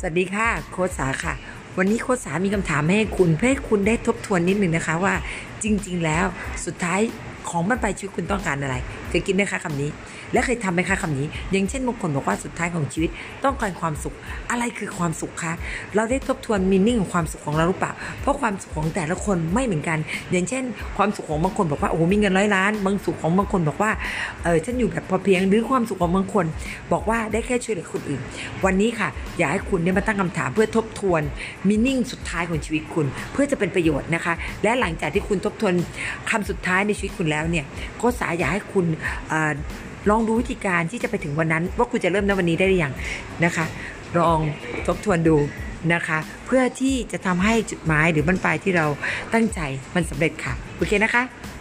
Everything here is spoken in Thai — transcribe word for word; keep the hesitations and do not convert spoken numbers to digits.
วัสดีค่ะโค้ชสาค่ะวันนี้โค้ชสามีคำถามให้คุณเพื่อให้คุณได้ทบทวนนิดนึงนะคะว่าจริงๆแล้วสุดท้ายของมันไปชีวิตคุณต้องการอะไรเคยคิดไหมคะคำนี้และเคยทำไหมคะคำนี้อย่างเช่นบางคนบอกว่าสุดท้ายของชีวิตต้องการความสุขอะไรคือความสุขคะเราได้ทบทวนมีนิ่งของความสุขของเราหรือเปล่าเพราะความสุขของแต่ละคนไม่เหมือนกันอย่างเช่นความสุขของบางคนบอกว่าโอ้โหมีเงินร้อยล้านบางสุขของบางคนบอกว่าเออฉันอยู่แบบพอเพียงหรือความสุขของบางคนบอกว่าได้แค่ช่วยเหลือคนอื่นวันนี้ค่ะอยากให้คุณได้มาตั้งคำถามเพื่อทบทวนมีนิ่งสุดท้ายของชีวิตคุณเพื่อจะเป็นประโยชน์นะคะและหลังจากที่คุณทบทวนคำสุดท้ายในชีวิตคุณแล้วเนี่ยก็สาอยากให้คุณลองดูวิธีการที่จะไปถึงวันนั้นว่าคุณจะเริ่มในวันนี้ได้หรือยังนะคะลองทบทวนดูนะคะเพื่อที่จะทำให้จุดหมายหรือบั้นปลายที่เราตั้งใจมันสำเร็จค่ะโอเคนะคะ